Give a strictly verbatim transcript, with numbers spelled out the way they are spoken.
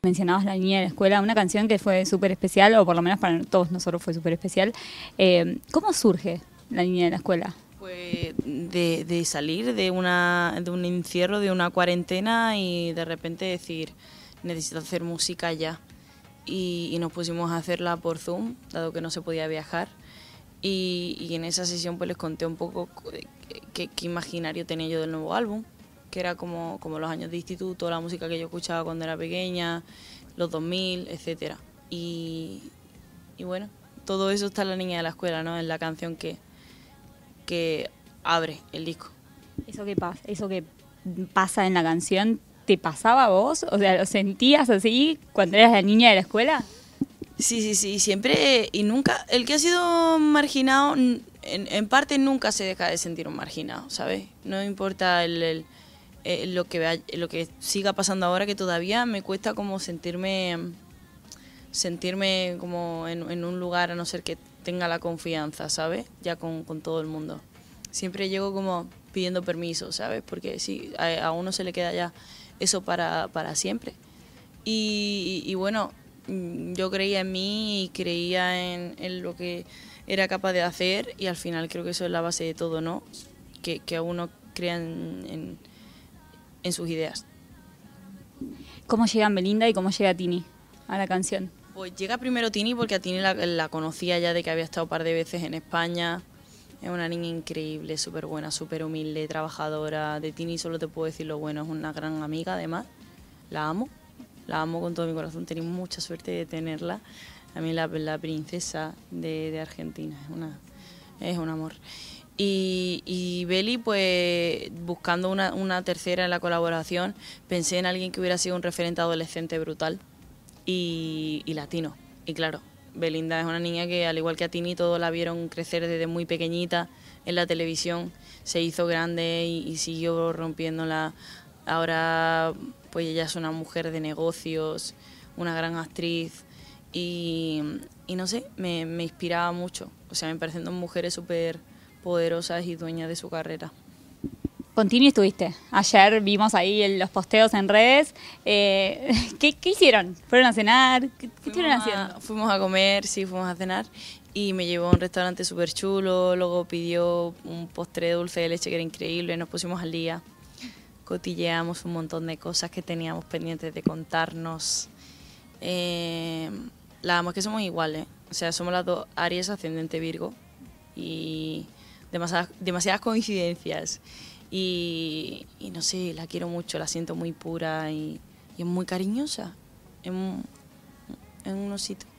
Mencionabas La Niña de la Escuela, una canción que fue súper especial, o por lo menos para todos nosotros fue súper especial. Eh, ¿Cómo surge La Niña de la Escuela? Pues de, de salir de, una, de un encierro, de una cuarentena y de repente decir, necesito hacer música ya. Y, y nos pusimos a hacerla por Zoom, dado que no se podía viajar. Y, y en esa sesión pues les conté un poco qué imaginario tenía yo del nuevo álbum, que era como, como los años de instituto, la música que yo escuchaba cuando era pequeña, los dos mil, etcétera. Y, y bueno, todo eso está en La Niña de la Escuela, ¿no? En la canción que, que abre el disco. Eso que pasa, eso que pasa en la canción, ¿te pasaba a vos? O sea, ¿lo sentías así cuando eras la niña de la escuela? Sí, sí, sí, siempre y nunca, el que ha sido marginado, en, en parte nunca se deja de sentir un marginado, ¿sabes? No importa el, el, el, lo, que vea, lo que siga pasando ahora, que todavía me cuesta como sentirme, sentirme como en, en un lugar, a no ser que tenga la confianza, ¿sabes? Ya con, con todo el mundo. Siempre llego como pidiendo permiso, ¿sabes? Porque sí, a, a uno se le queda ya eso para, para siempre. Y, y, y bueno, yo creía en mí y creía en, en lo que era capaz de hacer, y al final creo que eso es la base de todo, ¿no? Que, que uno crea en, en, en sus ideas. ¿Cómo llegan Belinda y cómo llega Tini a la canción? Pues llega primero Tini, porque a Tini la, la conocía ya de que había estado un par de veces en España. Es una niña increíble, súper buena, súper humilde, trabajadora. De Tini solo te puedo decir lo bueno, es una gran amiga además, la amo. La amo con todo mi corazón, tenemos mucha suerte de tenerla. A mí la, la princesa de, de Argentina, es, una, es un amor. Y, y Beli, pues buscando una, una tercera en la colaboración, pensé en alguien que hubiera sido un referente adolescente brutal y, y latino. Y claro, Belinda es una niña que, al igual que a Tini, todos la vieron crecer desde muy pequeñita en la televisión, se hizo grande y, y siguió rompiéndola. Ahora pues ella es una mujer de negocios, una gran actriz y, y no sé, me, me inspiraba mucho. O sea, me parecen dos mujeres súper poderosas y dueñas de su carrera. Con Tini estuviste. Ayer vimos ahí los posteos en redes. Eh, ¿qué, ¿Qué hicieron? ¿Fueron a cenar? ¿Qué, qué estuvieron haciendo? Fuimos a comer, sí, fuimos a cenar. Y me llevó a un restaurante súper chulo, luego pidió un postre de dulce de leche que era increíble, nos pusimos al día. Cotilleamos un montón de cosas que teníamos pendientes de contarnos. Eh, la amo, es que somos iguales, o sea, somos las dos Aries ascendente Virgo y demasiadas, demasiadas coincidencias. Y, y no sé, la quiero mucho, la siento muy pura y, y es muy cariñosa, en un, en un osito.